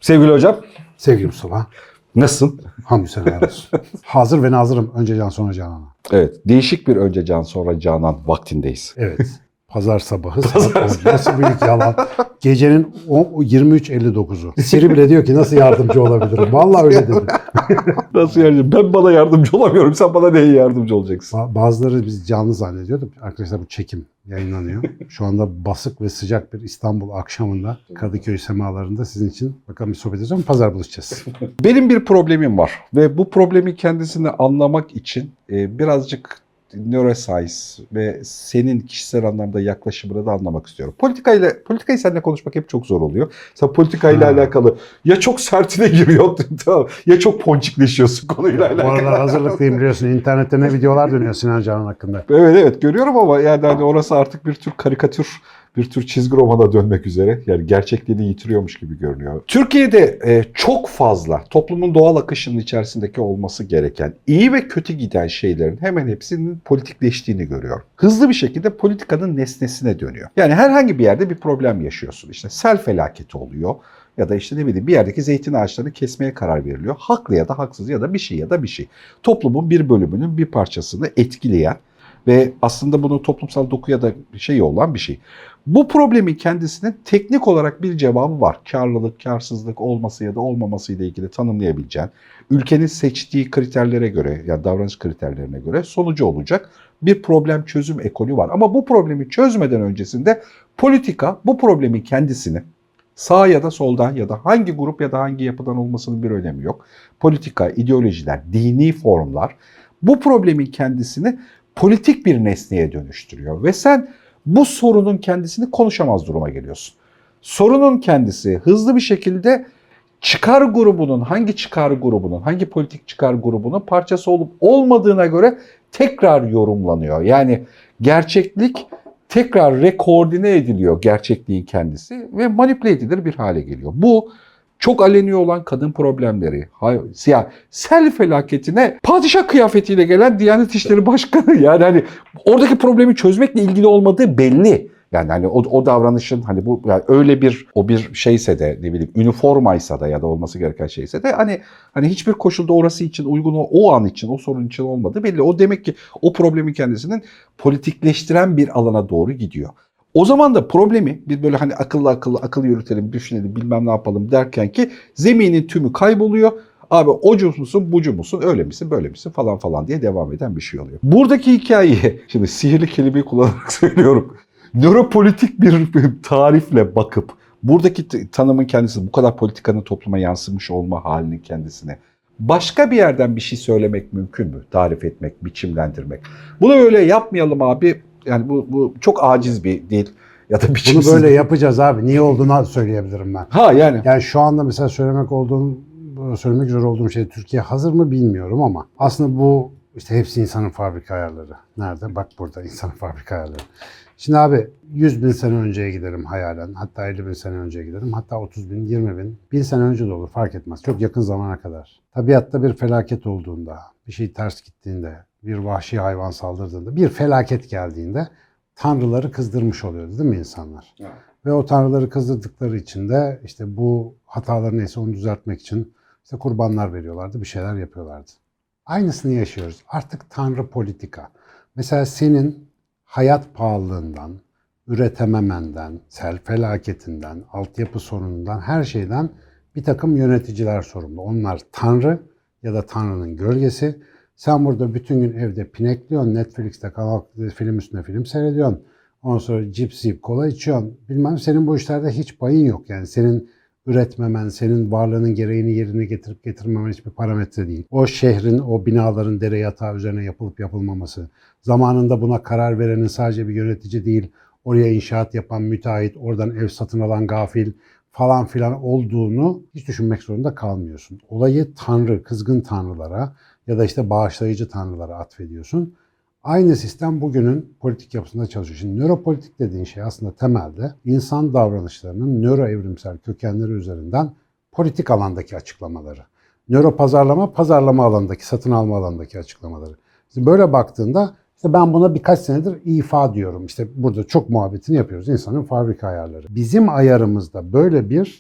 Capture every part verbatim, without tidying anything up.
Sevgili hocam, Sevgili Mustafa, nasılsın? hamdü seneler olsun. Hazır ve nazırım. Önce Can sonra Canan'a. Evet, değişik bir önce Can sonra Canan vaktindeyiz. Evet. Pazar sabahı saat on. Nasıl büyük yalan. Gecenin yirmi üç elli dokuzu. Siri bile diyor ki nasıl yardımcı olabilirim? Vallahi öyle dedi. Nasıl yardımcı? Ben bana yardımcı olamıyorum. Sen bana neye yardımcı olacaksın? Ba- Bazıları biz canlı zannediyorduk. Arkadaşlar bu çekim yayınlanıyor. Şu anda basık ve sıcak bir İstanbul akşamında Kadıköy semalarında sizin için bakalım bir sohbet edeceğim. Pazar buluşacağız. Benim bir problemim var ve bu problemi kendisini anlamak için e, birazcık neuroscience ve senin kişisel anlamda yaklaşımını da anlamak istiyorum. Politikayla, politikayı seninle konuşmak hep çok zor oluyor. Sen politikayla Ha. alakalı ya çok sertine giriyor tamam, ya çok ponçikleşiyorsun konuyla Bu alakalı. aralar hazırlıklıyım biliyorsun. İnternette ne videolar dönüyor Sinan Canan hakkında. Evet evet görüyorum ama yani hani orası artık bir tür karikatür, bir tür çizgi romana dönmek üzere. Yani gerçekliğini yitiriyormuş gibi görünüyor. Türkiye'de e, çok fazla toplumun doğal akışının içerisindeki olması gereken iyi ve kötü giden şeylerin hemen hepsinin politikleştiğini görüyor. Hızlı bir şekilde politikanın nesnesine dönüyor. Yani herhangi bir yerde bir problem yaşıyorsun. İşte sel felaketi oluyor. Ya da işte ne bileyim bir yerdeki zeytin ağaçlarını kesmeye karar veriliyor. Haklı ya da haksız ya da bir şey ya da bir şey. Toplumun bir bölümünün bir parçasını etkileyen ve aslında bunun toplumsal dokuya da şey olan bir şey. Bu problemin kendisinin teknik olarak bir cevabı var. Karlılık, karsızlık olması ya da olmaması ile ilgili tanımlayabileceğin, ülkenin seçtiği kriterlere göre, yani davranış kriterlerine göre sonucu olacak bir problem çözüm ekolü var. Ama bu problemi çözmeden öncesinde politika bu problemin kendisini sağ ya da soldan ya da hangi grup ya da hangi yapıdan olmasının bir önemi yok. Politika, ideolojiler, dini formlar bu problemin kendisini politik bir nesneye dönüştürüyor ve sen bu sorunun kendisini konuşamaz duruma geliyorsun. Sorunun kendisi hızlı bir şekilde çıkar grubunun, hangi çıkar grubunun, hangi politik çıkar grubunun parçası olup olmadığına göre tekrar yorumlanıyor. Yani gerçeklik tekrar rekoordine ediliyor, gerçekliğin kendisi ve manipüle edilir bir hale geliyor. Bu çok aleni olan kadın problemleri, siyah sel felaketine padişah kıyafetiyle gelen Diyanet İşleri Başkanı, yani hani oradaki problemi çözmekle ilgili olmadığı belli. Yani hani o, o davranışın hani bu yani öyle bir o bir şeyse de ne bileyim üniformaysa da ya da olması gereken şeyse de hani hani hiçbir koşulda orası için uygun o, o an için o sorun için olmadığı belli. O demek ki o problemin kendisinin politikleştiren bir alana doğru gidiyor. O zaman da problemi bir böyle hani akıllı akıllı akıl yürütelim, düşünelim, bilmem ne yapalım derken ki zeminin tümü kayboluyor. Abi ocu musun, bucu musun, öyle misin, böyle misin falan falan diye devam eden bir şey oluyor. Buradaki hikayeyi şimdi sihirli kelimeyi kullanarak söylüyorum. Nöropolitik bir tarifle bakıp buradaki tanımın kendisi bu kadar politikanın topluma yansımış olma halinin kendisine başka bir yerden bir şey söylemek mümkün mü? Tarif etmek, biçimlendirmek. Bunu öyle yapmayalım abi. Yani bu, bu çok aciz bir dil ya da biçimsiz. Bunu böyle yapacağız abi. Niye olduğunu söyleyebilirim ben. Ha yani. Yani şu anda mesela söylemek olduğum, söylemek üzere olduğum şey Türkiye hazır mı bilmiyorum ama aslında bu işte hepsi insanın fabrika ayarları. Nerede? Bak burada insanın fabrika ayarları. Şimdi abi yüz bin sene önceye giderim hayalen. Hatta elli bin sene önceye giderim. Hatta otuz bin, yirmi bin, bin sene önce de olur fark etmez. Çok yakın zamana kadar. Tabiatta bir felaket olduğunda, bir şey ters gittiğinde, bir vahşi hayvan saldırdığında, bir felaket geldiğinde tanrıları kızdırmış oluyordu değil mi insanlar? Evet. Ve o tanrıları kızdırdıkları için de işte bu hataları neyse onu düzeltmek için işte kurbanlar veriyorlardı, bir şeyler yapıyorlardı. Aynısını yaşıyoruz. Artık tanrı politika. Mesela senin hayat pahalılığından, üretememenden, sel felaketinden, altyapı sorunundan, her şeyden bir takım yöneticiler sorumlu. Onlar tanrı ya da tanrının gölgesi. Sen burada bütün gün evde pinekliyorsun, Netflix'te kanal film üstüne film seyrediyorsun. Ondan sonra cips yiyip kola içiyorsun. Bilmem senin bu işlerde hiç payın yok. Yani senin üretmemen, senin varlığının gereğini yerine getirip getirmemen hiçbir parametre değil. O şehrin, o binaların dere yatağı üzerine yapılıp yapılmaması, zamanında buna karar verenin sadece bir yönetici değil, oraya inşaat yapan müteahhit, oradan ev satın alan gafil falan filan olduğunu hiç düşünmek zorunda kalmıyorsun. Olayı tanrı, kızgın tanrılara ya da işte bağışlayıcı tanrılara atfediyorsun. Aynı sistem bugünün politik yapısında çalışıyor. Şimdi nöropolitik dediğin şey aslında temelde insan davranışlarının nöroevrimsel kökenleri üzerinden politik alandaki açıklamaları. Nöropazarlama, pazarlama alanındaki, satın alma alanındaki açıklamaları. Şimdi böyle baktığında işte ben buna birkaç senedir ifa diyorum. İşte burada çok muhabbetini yapıyoruz. İnsanın fabrika ayarları. Bizim ayarımızda böyle bir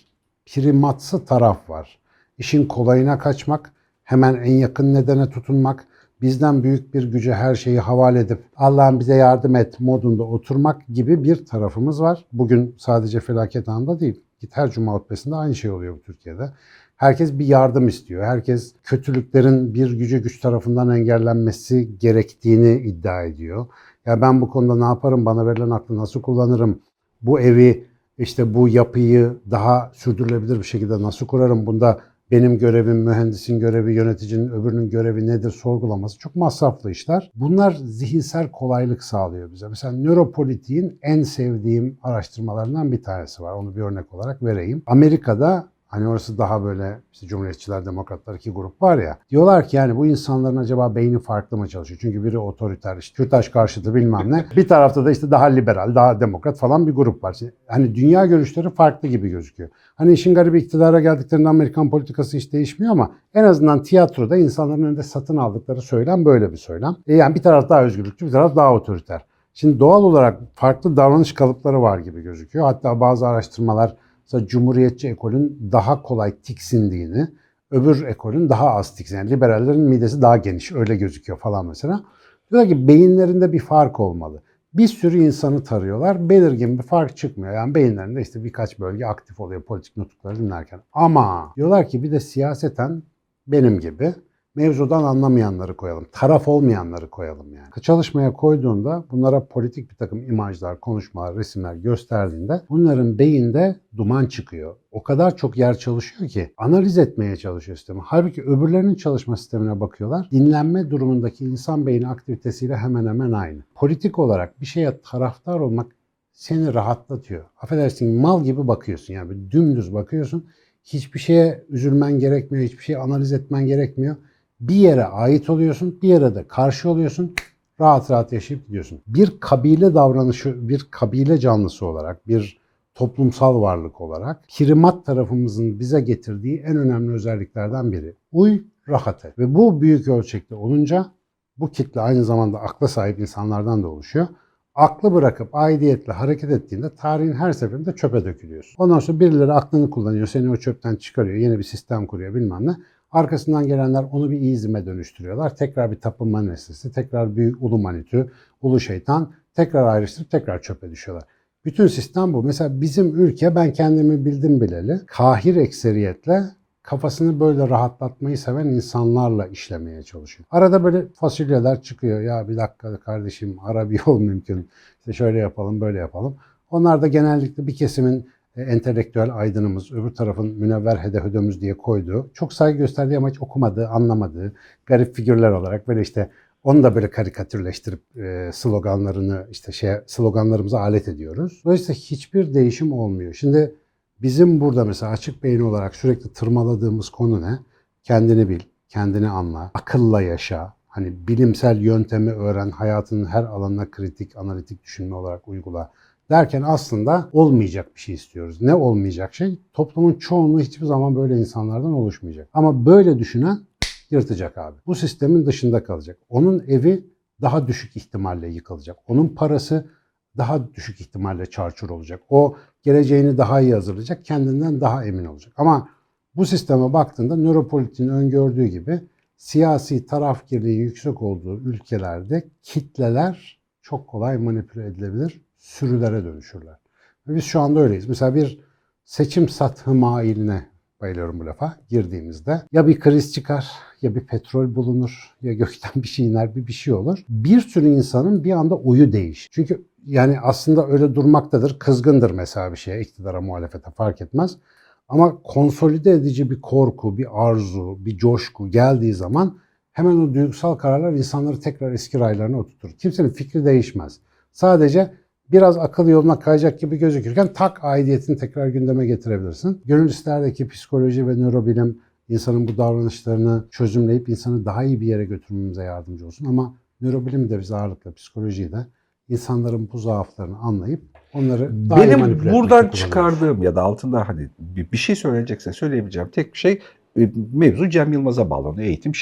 primatsı taraf var. İşin kolayına kaçmak, hemen en yakın nedene tutunmak, bizden büyük bir güce her şeyi havale edip Allah'ım bize yardım et modunda oturmak gibi bir tarafımız var. Bugün sadece felaket anında değil. Git her cuma hutbesinde aynı şey oluyor bu Türkiye'de. Herkes bir yardım istiyor. Herkes kötülüklerin bir gücü güç tarafından engellenmesi gerektiğini iddia ediyor. Ya ben bu konuda ne yaparım? Bana verilen aklı nasıl kullanırım? Bu evi, işte bu yapıyı daha sürdürülebilir bir şekilde nasıl kurarım? Bunda benim görevim, mühendisin görevi, yöneticinin öbürünün görevi nedir sorgulaması çok masraflı işler. Bunlar zihinsel kolaylık sağlıyor bize. Mesela nöropolitiğin en sevdiğim araştırmalarından bir tanesi var. Onu bir örnek olarak vereyim. Amerika'da hani orası daha böyle işte Cumhuriyetçiler, Demokratlar iki grup var ya. Diyorlar ki yani bu insanların acaba beyni farklı mı çalışıyor? Çünkü biri otoriter, işte Kürtaj karşıtı bilmem ne. Bir tarafta da işte daha liberal, daha demokrat falan bir grup var. Hani dünya görüşleri farklı gibi gözüküyor. Hani işin garibi iktidara geldiklerinde Amerikan politikası hiç değişmiyor ama en azından tiyatroda insanların önünde satın aldıkları söylem böyle bir söylem. E yani bir taraf daha özgürlükçü, bir taraf daha otoriter. Şimdi doğal olarak farklı davranış kalıpları var gibi gözüküyor. Hatta bazı araştırmalar mesela Cumhuriyetçi ekolün daha kolay tiksindiğini, öbür ekolün daha az tiksindiğini, yani liberallerin midesi daha geniş, öyle gözüküyor falan mesela. Diyorlar ki beyinlerinde bir fark olmalı. Bir sürü insanı tarıyorlar, belirgin bir fark çıkmıyor. Yani beyinlerinde işte birkaç bölge aktif oluyor politik nutukları dinlerken. Ama diyorlar ki bir de siyaseten benim gibi mevzudan anlamayanları koyalım. Taraf olmayanları koyalım yani. Çalışmaya koyduğunda bunlara politik bir takım imajlar, konuşmalar, resimler gösterdiğinde bunların beyinde duman çıkıyor. O kadar çok yer çalışıyor ki analiz etmeye çalışıyor sistemi. Halbuki öbürlerinin çalışma sistemine bakıyorlar. Dinlenme durumundaki insan beyni aktivitesiyle hemen hemen aynı. Politik olarak bir şeye taraftar olmak seni rahatlatıyor. Affedersin mal gibi bakıyorsun yani dümdüz bakıyorsun. Hiçbir şeye üzülmen gerekmiyor, hiçbir şey analiz etmen gerekmiyor. Bir yere ait oluyorsun, bir yere de karşı oluyorsun, rahat rahat yaşayıp gidiyorsun. Bir kabile davranışı, bir kabile canlısı olarak, bir toplumsal varlık olarak primat tarafımızın bize getirdiği en önemli özelliklerden biri. Uy, rahat et. Ve bu büyük ölçekte olunca bu kitle aynı zamanda akla sahip insanlardan da oluşuyor. Aklı bırakıp aidiyetle hareket ettiğinde tarihin her seferinde çöpe dökülüyorsun. Ondan sonra birileri aklını kullanıyor, seni o çöpten çıkarıyor, yeni bir sistem kuruyor bilmem ne. Arkasından gelenler onu bir izime dönüştürüyorlar. Tekrar bir tapınma nesnesi, tekrar bir ulu manitü, ulu şeytan, tekrar ayrıştırıp tekrar çöpe düşüyorlar. Bütün sistem bu. Mesela bizim ülke ben kendimi bildim bileli kahir ekseriyetle kafasını böyle rahatlatmayı seven insanlarla işlemeye çalışıyor. Arada böyle fasulyeler çıkıyor. Ya bir dakika kardeşim ara bir yol mümkün. İşte şöyle yapalım böyle yapalım. Onlar da genellikle bir kesimin entelektüel aydınımız, öbür tarafın münevver hedehödömüz diye koyduğu, çok saygı gösterdiği ama hiç okumadığı, anlamadığı garip figürler olarak böyle işte onu da böyle karikatürleştirip e, sloganlarını işte şey sloganlarımıza alet ediyoruz. Dolayısıyla hiçbir değişim olmuyor. Şimdi bizim burada mesela açık beyni olarak sürekli tırmaladığımız konu ne? Kendini bil, kendini anla, akılla yaşa. Hani bilimsel yöntemi öğren, hayatının her alanına kritik, analitik düşünme olarak uygula. Derken aslında olmayacak bir şey istiyoruz. Ne olmayacak şey? Toplumun çoğunluğu hiçbir zaman böyle insanlardan oluşmayacak. Ama böyle düşünen yırtacak abi. Bu sistemin dışında kalacak. Onun evi daha düşük ihtimalle yıkılacak. Onun parası daha düşük ihtimalle çarçur olacak. O geleceğini daha iyi hazırlayacak, kendinden daha emin olacak. Ama bu sisteme baktığında nöropolitiğin öngördüğü gibi siyasi tarafgirliğin yüksek olduğu ülkelerde kitleler çok kolay manipüle edilebilir, sürülere dönüşürler. Ve biz şu anda öyleyiz. Mesela bir seçim satı mailine, bayılıyorum bu lafa, girdiğimizde ya bir kriz çıkar, ya bir petrol bulunur, ya gökten bir şey iner, bir bir şey olur. Bir sürü insanın bir anda oyu değişir. Çünkü yani aslında öyle durmaktadır, kızgındır mesela bir şeye, iktidara, muhalefete fark etmez. Ama konsolide edici bir korku, bir arzu, bir coşku geldiği zaman hemen o duygusal kararlar insanları tekrar eski raylarına oturtur. Kimsenin fikri değişmez. Sadece biraz akıl yoluna kayacak gibi gözükürken tak aidiyetini tekrar gündeme getirebilirsin. Gönül isterdeki psikoloji ve nörobilim insanın bu davranışlarını çözümleyip insanı daha iyi bir yere götürmemize yardımcı olsun. Ama nörobilim de bize ağırlıkla psikolojiyi de insanların bu zaaflarını anlayıp onları daha iyi manipüle Benim buradan etmekte çıkardığım ya da altında hani bir bir şey söyleyecekse söyleyebileceğim tek bir şey, e, mevzu Cem Yılmaz'a bağlanıyor. Eğitim şart.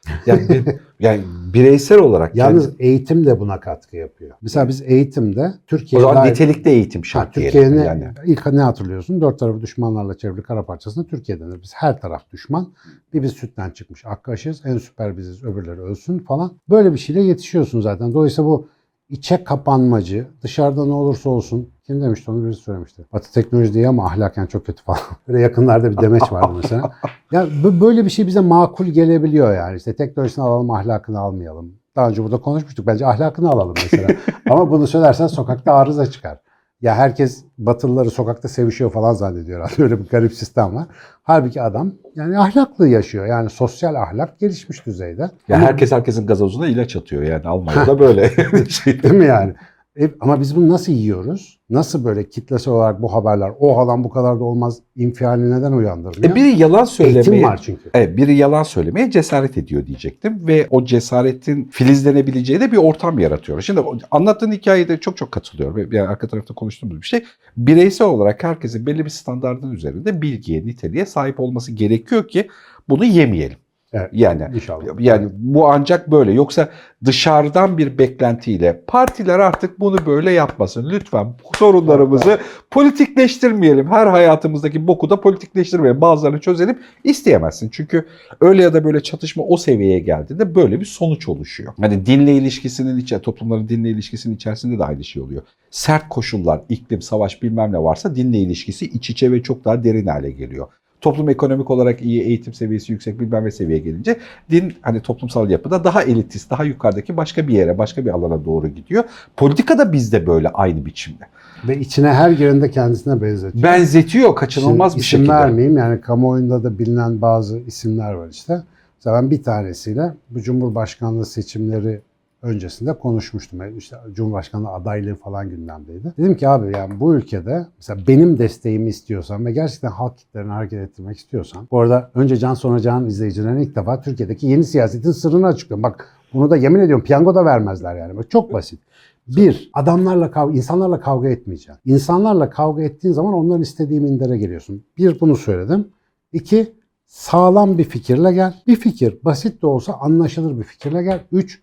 Yani, bir- yani bireysel olarak. Yalnız kendi- eğitim de buna katkı yapıyor. Mesela biz eğitimde o Türkiye'de zaman nitelikli eğitim şart Ha, diyelim. Türkiye'nin Yani. ilk ne hatırlıyorsun? Dört tarafı düşmanlarla çevrili kara parçasında Türkiye denir. Biz her taraf düşman. Bir biz sütten çıkmış akkaşız. En süper biziz, öbürleri ölsün falan. Böyle bir şeyle yetişiyorsun zaten. Dolayısıyla bu içe kapanmacı, dışarıda ne olursa olsun. Kim demişti onu, birisi söylemişti. Batı teknoloji diye ama ahlaken çok kötü falan. Böyle yakınlarda bir demeç vardı mesela. Ya böyle bir şey bize makul gelebiliyor yani. İşte teknolojisini alalım, ahlakını almayalım. Daha önce burada konuşmuştuk. Bence ahlakını alalım mesela. Ama bunu söylersen sokakta arıza çıkar. Ya herkes Batılıları sokakta sevişiyor falan zannediyor herhalde. Öyle bir garip sistem var. Halbuki adam yani ahlaklı yaşıyor. Yani sosyal ahlak gelişmiş düzeyde. Ya Ama- herkes herkesin gazozuna ilaç atıyor yani Almanya'da böyle. şey. Değil mi yani? E, ama biz bunu nasıl yiyoruz? Nasıl böyle kitlesel olarak bu haberler, o lan bu kadar da olmaz infialini neden uyandırmıyor? E biri yalan Eğitim söylemeye, var çünkü. evet, biri yalan söylemeye cesaret ediyor diyecektim ve o cesaretin filizlenebileceği de bir ortam yaratıyor. Şimdi o- anlattığın hikayede çok çok katılıyorum. Yani arka tarafta konuştuğumuz bir şey. Bireysel olarak herkesin belli bir standardın üzerinde bilgiye, niteliğe sahip olması gerekiyor ki bunu yemeyelim. Evet, Yani inşallah. yani bu ancak böyle. Yoksa dışarıdan bir beklentiyle partiler artık bunu böyle yapmasın. Lütfen bu sorunlarımızı politikleştirmeyelim. Her hayatımızdaki boku da politikleştirmeyelim. Bazılarını çözelim isteyemezsin. Çünkü öyle ya da böyle çatışma o seviyeye geldiğinde böyle bir sonuç oluşuyor. Hani dinle ilişkisinin içi, toplumların dinle ilişkisinin içerisinde de aynı şey oluyor. Sert koşullar, iklim, savaş bilmem ne varsa dinle ilişkisi iç içe ve çok daha derin hale geliyor. Toplum ekonomik olarak iyi, eğitim seviyesi yüksek bilmem ne seviyeye gelince din hani toplumsal yapıda daha elitist, daha yukarıdaki başka bir yere, başka bir alana doğru gidiyor. Politika da bizde böyle aynı biçimde. Ve içine her girende kendisine benzetiyor. Benzetiyor kaçınılmaz Şimdi bir isim şekilde. vermeyeyim yani kamuoyunda da bilinen bazı isimler var işte. Mesela ben bir tanesiyle bu Cumhurbaşkanlığı seçimleri öncesinde konuşmuştum. Yani işte Cumhurbaşkanlığı adaylığı falan gündemdeydi. Dedim ki abi yani bu ülkede mesela benim desteğimi istiyorsan ve gerçekten halk kitlelerini hareket ettirmek istiyorsan, bu arada önce Can sonra Can izleyicilerine ilk defa Türkiye'deki yeni siyasetin sırrını açıklıyorum. Bak bunu da yemin ediyorum piyango da vermezler yani. Bak, çok basit. Bir, adamlarla kavga, insanlarla kavga etmeyeceksin. İnsanlarla kavga ettiğin zaman onların istediği mindere geliyorsun. Bir, bunu söyledim. İki, sağlam bir fikirle gel. Bir fikir, basit de olsa anlaşılır bir fikirle gel. Üç,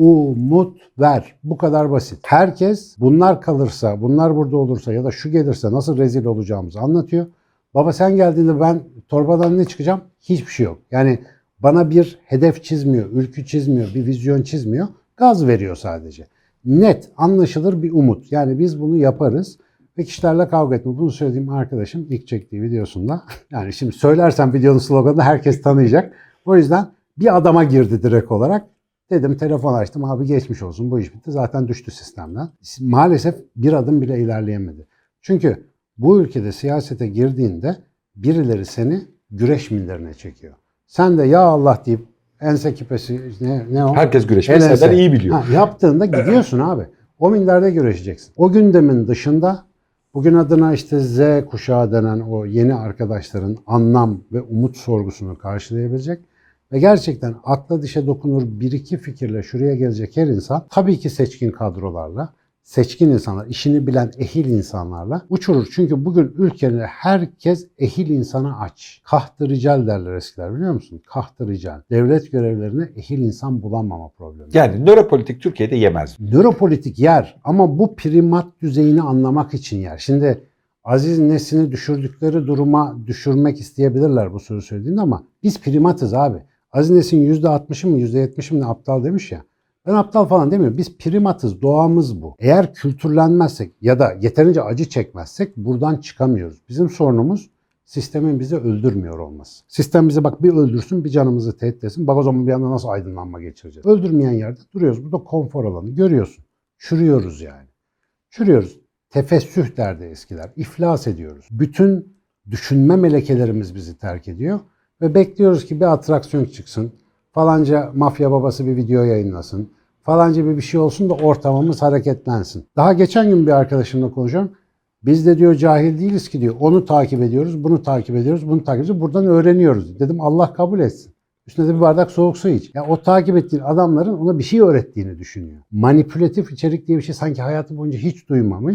umut ver. Bu kadar basit. Herkes bunlar kalırsa, bunlar burada olursa ya da şu gelirse nasıl rezil olacağımızı anlatıyor. Baba sen geldiğinde ben torbadan ne çıkacağım? Hiçbir şey yok. Yani bana bir hedef çizmiyor, ülkü çizmiyor, bir vizyon çizmiyor. Gaz veriyor sadece. Net, anlaşılır bir umut. Yani biz bunu yaparız ve kişilerle kavga etme. Bunu söylediğim arkadaşım ilk çektiği videosunda. Yani şimdi söylersem videonun sloganını herkes tanıyacak. O yüzden bir adama girdi direkt olarak. Dedim telefon açtım abi geçmiş olsun bu iş bitti. Zaten düştü sistemden. Maalesef bir adım bile ilerleyemedi. Çünkü bu ülkede siyasete girdiğinde birileri seni güreş minderine çekiyor. Sen de ya Allah deyip ense kipesi ne, ne o? Herkes güreşmeyi El ense. senden iyi biliyor. Ha, yaptığında gidiyorsun abi. O minderde güreşeceksin. O gündemin dışında bugün adına işte Z kuşağı denen o yeni arkadaşların anlam ve umut sorgusunu karşılayabilecek ve gerçekten akla dişe dokunur bir iki fikirle şuraya gelecek her insan tabii ki seçkin kadrolarla, seçkin insanlar, işini bilen ehil insanlarla uçurur. Çünkü bugün ülkede herkes ehil insana aç. Kahtı rical derler eskiler biliyor musun? Kahtı rical. Devlet görevlerine ehil insan bulamama problemi. Yani nöropolitik Türkiye'de yemez. Nöropolitik yer ama bu primat düzeyini anlamak için yer. Şimdi Aziz Nesin'i düşürdükleri duruma düşürmek isteyebilirler bu sözü söylediğinde ama biz primatız abi. Aziz Nesin yüzde altmışı mı yüzde yetmişi mi aptal demiş ya. Ben aptal falan demiyorum. Biz primatız, doğamız bu. Eğer kültürlenmezsek ya da yeterince acı çekmezsek buradan çıkamıyoruz. Bizim sorunumuz sistemin bizi öldürmüyor olması. Sistem bizi bak bir öldürsün, bir canımızı tehdit etsin. Bak o zaman bir anda nasıl aydınlanma geçireceğiz. Öldürmeyen yerde duruyoruz. Burada konfor alanı. Görüyorsun. Çürüyoruz yani. Çürüyoruz. Tefessüh derdi eskiler. İflas ediyoruz. Bütün düşünme melekelerimiz bizi terk ediyor. Ve bekliyoruz ki bir atraksiyon çıksın. Falanca mafya babası bir video yayınlasın. Falanca bir bir şey olsun da ortamımız hareketlensin. Daha geçen gün bir arkadaşımla konuşuyorum. Biz de diyor cahil değiliz ki diyor. Onu takip ediyoruz, bunu takip ediyoruz, bunu takip ediyoruz. Buradan öğreniyoruz. Dedim Allah kabul etsin. Üstüne de bir bardak soğuk su iç. Ya o takip ettiğin adamların ona bir şey öğrettiğini düşünüyor. Manipülatif içerik diye bir şey sanki hayatı boyunca hiç duymamış.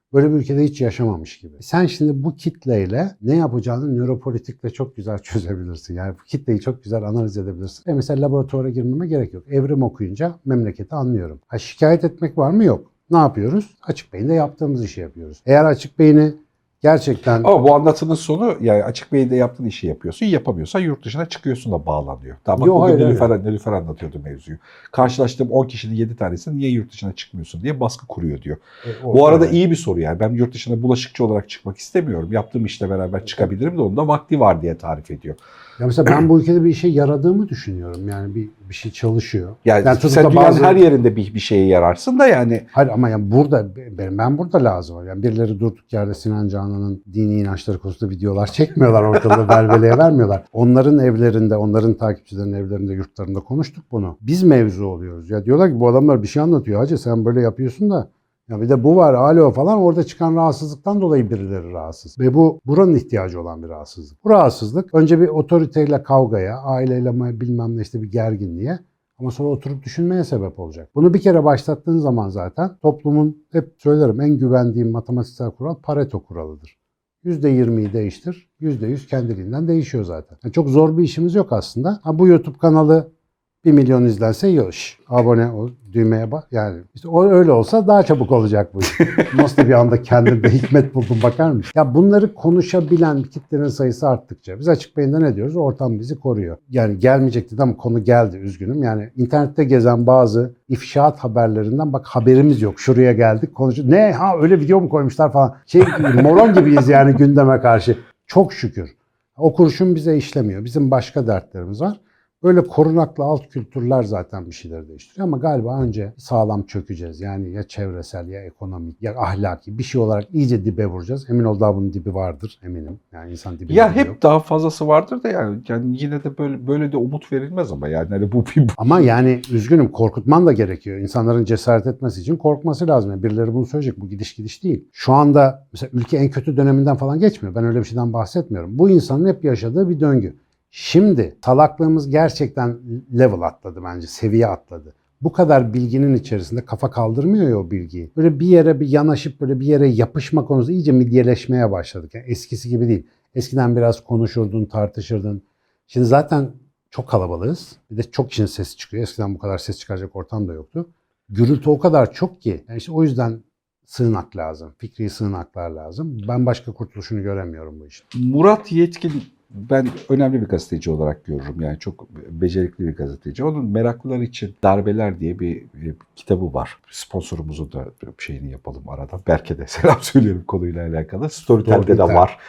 böyle bir ülkede hiç yaşamamış gibi. Sen şimdi bu kitleyle ne yapacağını nöropolitikle çok güzel çözebilirsin. Yani bu kitleyi çok güzel analiz edebilirsin. Ve mesela laboratuvara girmeme gerek yok. Evrim okuyunca memleketi anlıyorum. Ha, şikayet etmek var mı? Yok. Ne yapıyoruz? Açık beyinde yaptığımız işi yapıyoruz. Eğer açık beyni gerçekten... Ama bu anlatının sonu yani açık beyinde yaptığın işi yapıyorsun. Yapamıyorsan yurt dışına çıkıyorsun da bağlanıyor. Tamam, Yo, bugün hayır, Nilüfer, hayır. Nilüfer anlatıyordu mevzuyu. Karşılaştığım on kişinin yedi tanesi niye yurt dışına çıkmıyorsun diye baskı kuruyor diyor. E, o- Bu arada evet. iyi bir soru yani. Ben yurt dışına bulaşıkçı olarak çıkmak istemiyorum. Yaptığım işle beraber çıkabilirim de onun da vakti var diye tarif ediyor. Ya mesela ben bu ülkede bir işe yaradığımı düşünüyorum. Yani bir bir şey çalışıyor. Yani, Yani tutup sen da dünyanın bazı- her yerinde bir, bir şeye yararsın da yani. Hayır ama yani burada ben, ben burada lazım var. Yani birileri durduk yerde Sinan Canan'ın dini inançları konusunda videolar çekmiyorlar, ortalığı velveleye vermiyorlar. Onların evlerinde, onların takipçilerinin evlerinde, yurtlarında konuştuk bunu. Biz mevzu oluyoruz. Ya diyorlar ki bu adamlar bir şey anlatıyor. Hacı sen böyle yapıyorsun da ya bir de bu var, alo falan, orada çıkan rahatsızlıktan dolayı birileri rahatsız. Ve bu buranın ihtiyacı olan bir rahatsızlık. Bu rahatsızlık önce bir otoriteyle kavgaya, aileyle bilmem ne işte bir gerginliğe, ama sonra oturup düşünmeye sebep olacak. Bunu bir kere başlattığın zaman zaten toplumun, hep söylerim, en güvendiğim matematiksel kural Pareto kuralıdır. yüzde yirmiyi değiştir, yüzde yüz kendiliğinden değişiyor zaten. Yani çok zor bir işimiz yok aslında. Ha, bu YouTube kanalı bir milyon izlense yok. Abone ol, düğmeye bak. Yani işte o öyle olsa daha çabuk olacak bu iş. Nasıl bir anda kendimde hikmet buldum, bakar mısın? Ya bunları konuşabilen kitlenin sayısı arttıkça biz Açık Beyin'de ne diyoruz? Ortam bizi koruyor. Yani gelmeyecekti ama konu geldi, üzgünüm. Yani internette gezen bazı ifşaat haberlerinden bak haberimiz yok. Şuraya geldik konuşuyoruz. Ne ha öyle video mu koymuşlar falan. Şey moron gibiyiz yani gündeme karşı. Çok şükür. O kurşun bize işlemiyor. Bizim başka dertlerimiz var. Böyle korunaklı alt kültürler zaten bir şeyleri değiştiriyor ama galiba önce sağlam çökeceğiz. Yani ya çevresel ya ekonomik ya ahlaki bir şey olarak iyice dibe vuracağız. Emin ol daha bunun dibi vardır, eminim. Yani insan dibi Ya hep yok. daha fazlası vardır da yani, yani yine de böyle böyle de umut verilmez ama yani hani bu bir Ama yani üzgünüm, korkutman da gerekiyor. İnsanların cesaret etmesi için korkması lazım. Yani birileri bunu söyleyecek. Bu gidiş gidiş değil. Şu anda mesela ülke en kötü döneminden falan geçmiyor. Ben öyle bir şeyden bahsetmiyorum. Bu insanın hep yaşadığı bir döngü. Şimdi salaklığımız gerçekten level atladı bence, seviye atladı. Bu kadar bilginin içerisinde kafa kaldırmıyor ya o bilgiyi. Böyle bir yere bir yanaşıp böyle bir yere yapışma konusu iyice midyeleşmeye başladık. Yani eskisi gibi değil. Eskiden biraz konuşurdun, tartışırdın. Şimdi zaten çok kalabalığız. Bir de çok kişinin sesi çıkıyor. Eskiden bu kadar ses çıkaracak ortam da yoktu. Gürültü o kadar çok ki. Yani işte o yüzden sığınak lazım. Fikri sığınaklar lazım. Ben başka kurtuluşunu göremiyorum bu işin. Murat Yetkin, ben önemli bir gazeteci olarak görürüm. Yani çok becerikli bir gazeteci. Onun Meraklılar için Darbeler diye bir, bir kitabı var. Sponsorumuzu da bir şeyini yapalım arada. Berke de selam söyleyelim konuyla alakalı. Storytel'de de var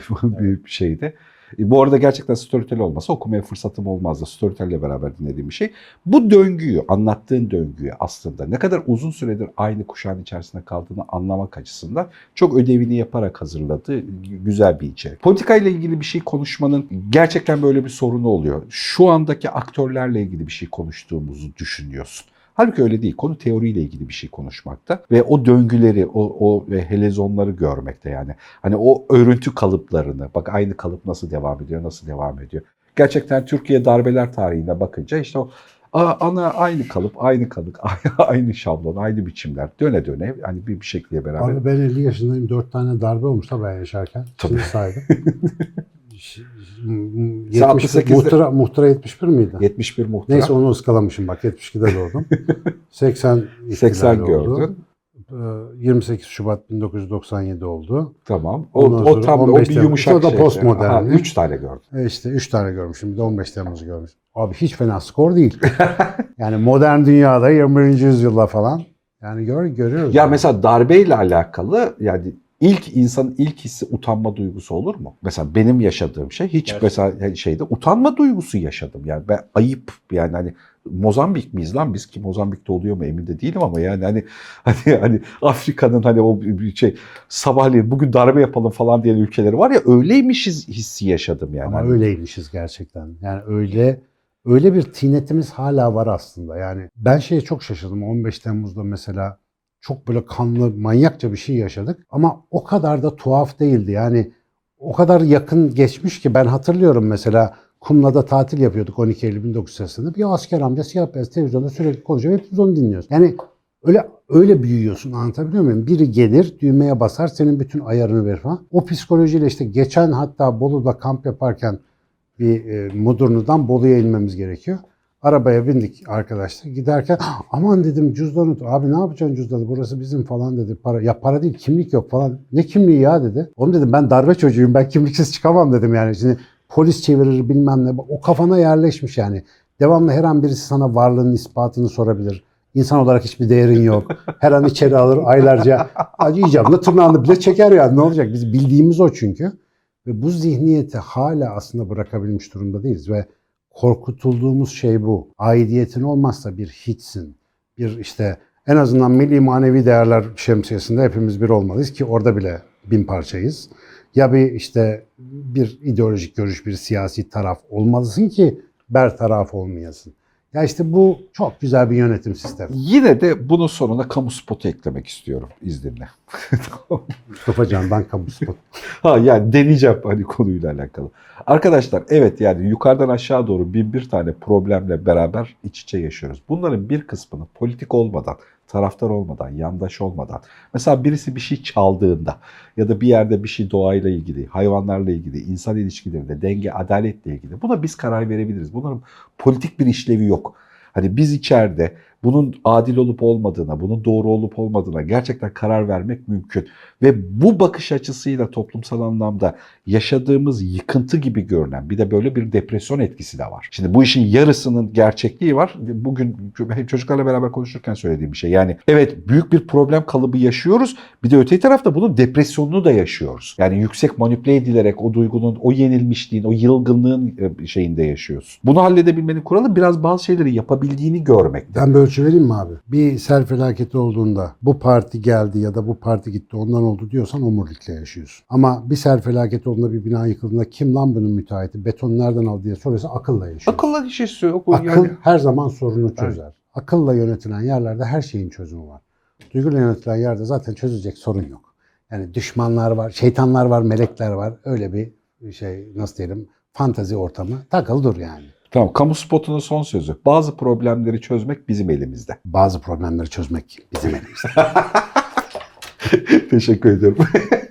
bir şeyde. Bu arada gerçekten Storytel olmasa okumaya fırsatım olmazdı. Storytel'le beraber dinlediğim bir şey. Bu döngüyü, anlattığın döngüyü aslında ne kadar uzun süredir aynı kuşağın içerisinde kaldığını anlamak açısından çok ödevini yaparak hazırladığı güzel bir içerik. Politikayla ilgili bir şey konuşmanın gerçekten böyle bir sorunu oluyor. Şu andaki aktörlerle ilgili bir şey konuştuğumuzu düşünüyorsun. Halbuki öyle değil. Konu teoriyle ilgili bir şey konuşmakta ve o döngüleri, o, o helezonları görmekte yani. Hani o örüntü kalıplarını, bak aynı kalıp nasıl devam ediyor, nasıl devam ediyor. Gerçekten Türkiye darbeler tarihine bakınca işte o ana aynı kalıp, aynı kalıp, aynı şablon, aynı biçimler döne döne hani bir, bir şekilde beraber. Abi ben elli yaşındayım. dört tane darbe olmuş da ben yaşarken. Tabii. Şimdi saydım. altmış sekizde muhtıra, muhtıra yetmiş bir miydi? yetmiş bir muhtıra. Neyse onu ıskalamışım bak, yetmiş ikide doğdum. seksen seksen oldu. gördün. yirmi sekiz Şubat bin dokuz yüz doksan yedi oldu. Tamam. O, Ondan o tam on o beş bir Temmuz. yumuşak O da şey. postmodern. üç tane gördün. E işte üç tane görmüşüm. Bir de on beş Temmuz'u görmüşüm. Abi hiç fena skor değil. Yani modern dünyada yirmi birinci yüzyılda falan. Yani gör, görüyoruz. Ya yani. mesela darbeyle alakalı yani ilk insanın ilk hissi utanma duygusu olur mu? Mesela benim yaşadığım şey hiç Gerçekten. mesela şeyde utanma duygusu yaşadım. Yani ben ayıp yani hani Mozambik miyiz lan biz, ki Mozambik'te oluyor mu emin de değilim ama yani hani hani hani Afrika'nın hani o bir şey sabahleyin bugün darbe yapalım falan diyen ülkeleri var ya, öyleymişiz hissi yaşadım yani. Ama Hani öyleymişiz gerçekten. Yani öyle öyle bir tinetimiz hala var aslında. Yani ben şeye çok şaşırdım. on beş Temmuz'da mesela çok böyle kanlı, manyakça bir şey yaşadık. Ama o kadar da tuhaf değildi. Yani o kadar yakın geçmiş ki ben hatırlıyorum mesela Kumla'da tatil yapıyorduk on iki Eylül bin dokuz yüz seksen'de. Bir asker amca siyah beyaz televizyonda sürekli konuşuyor. Hepimiz onu dinliyoruz. Yani Öyle öyle büyüyorsun, anlatabiliyor muyum? Biri gelir düğmeye basar senin bütün ayarını verir falan. O psikolojiyle işte geçen hatta Bolu'da kamp yaparken bir e, Mudurnu'dan Bolu'ya inmemiz gerekiyor. Arabaya bindik arkadaşlar. Giderken aman dedim cüzdanı. Abi ne yapacaksın cüzdanı? Burası bizim falan dedi. Para, ya para değil kimlik yok falan. Ne kimliği ya dedi. Oğlum dedim ben darbe çocuğuyum. Ben kimliksiz çıkamam dedim yani. Şimdi polis çevirir bilmem ne. O kafana yerleşmiş yani. Devamlı her an birisi sana varlığının ispatını sorabilir. İnsan olarak hiçbir değerin yok. Her an içeri alır aylarca. Icabında tırnağını bile çeker yani. Ne olacak? Biz bildiğimiz o çünkü. Ve bu zihniyeti hala aslında bırakabilmiş durumda değiliz. Ve korkutulduğumuz şey bu. Aidiyetin olmazsa bir hiçsin. Bir işte en azından milli manevi değerler şemsiyesinde hepimiz bir olmalıyız ki orada bile bin parçayız. Ya bir işte bir ideolojik görüş, bir siyasi taraf olmalısın ki bertaraf olmayasın. Ya işte bu çok güzel bir yönetim sistemi. Yine de bunun sonuna kamu spotu eklemek istiyorum izninle. Mustafa Can'dan kamu spot. Ha yani deneyeceğim hani konuyla alakalı. Arkadaşlar evet yani yukarıdan aşağı doğru bin bir tane problemle beraber iç içe yaşıyoruz. Bunların bir kısmını politik olmadan, taraftar olmadan, yandaş olmadan, mesela birisi bir şey çaldığında ya da bir yerde bir şey doğayla ilgili, hayvanlarla ilgili, insan ilişkilerinde, denge, adaletle ilgili buna biz karar verebiliriz. Bunların politik bir işlevi yok. Hani biz içeride bunun adil olup olmadığına, bunun doğru olup olmadığına gerçekten karar vermek mümkün. Ve bu bakış açısıyla toplumsal anlamda yaşadığımız yıkıntı gibi görünen bir de böyle bir depresyon etkisi de var. Şimdi bu işin yarısının gerçekliği var. Bugün çocuklarla beraber konuşurken söylediğim bir şey. Yani evet büyük bir problem kalıbı yaşıyoruz. Bir de öteki tarafta bunun depresyonunu da yaşıyoruz. Yani yüksek manipüle edilerek o duygunun, o yenilmişliğin, o yılgınlığın şeyinde yaşıyoruz. Bunu halledebilmenin kuralı biraz bazı şeyleri yapabildiğini görmek. Ben bir ölçü vereyim mi abi? Bir sel felaketi olduğunda bu parti geldi ya da bu parti gitti ondan oldu diyorsan omurilikle yaşıyorsun. Ama bir sel felaketi olduğunda bir bina yıkıldığında kim lan bunun müteahhiti? Beton nereden aldı diye soruyorsa akılla yaşıyorsun. Akılla bir şey istiyor. Akıl Yani... her zaman sorunu çözer. Evet. Akılla yönetilen yerlerde her şeyin çözümü var. Duyguyla yönetilen yerde zaten çözecek sorun yok. Yani düşmanlar var, şeytanlar var, melekler var. Öyle bir şey nasıl diyelim fantezi ortamı takıl dur yani. Tamam, kamu spotunun son sözü. Bazı problemleri çözmek bizim elimizde. Bazı problemleri çözmek bizim elimizde. Teşekkür ediyorum.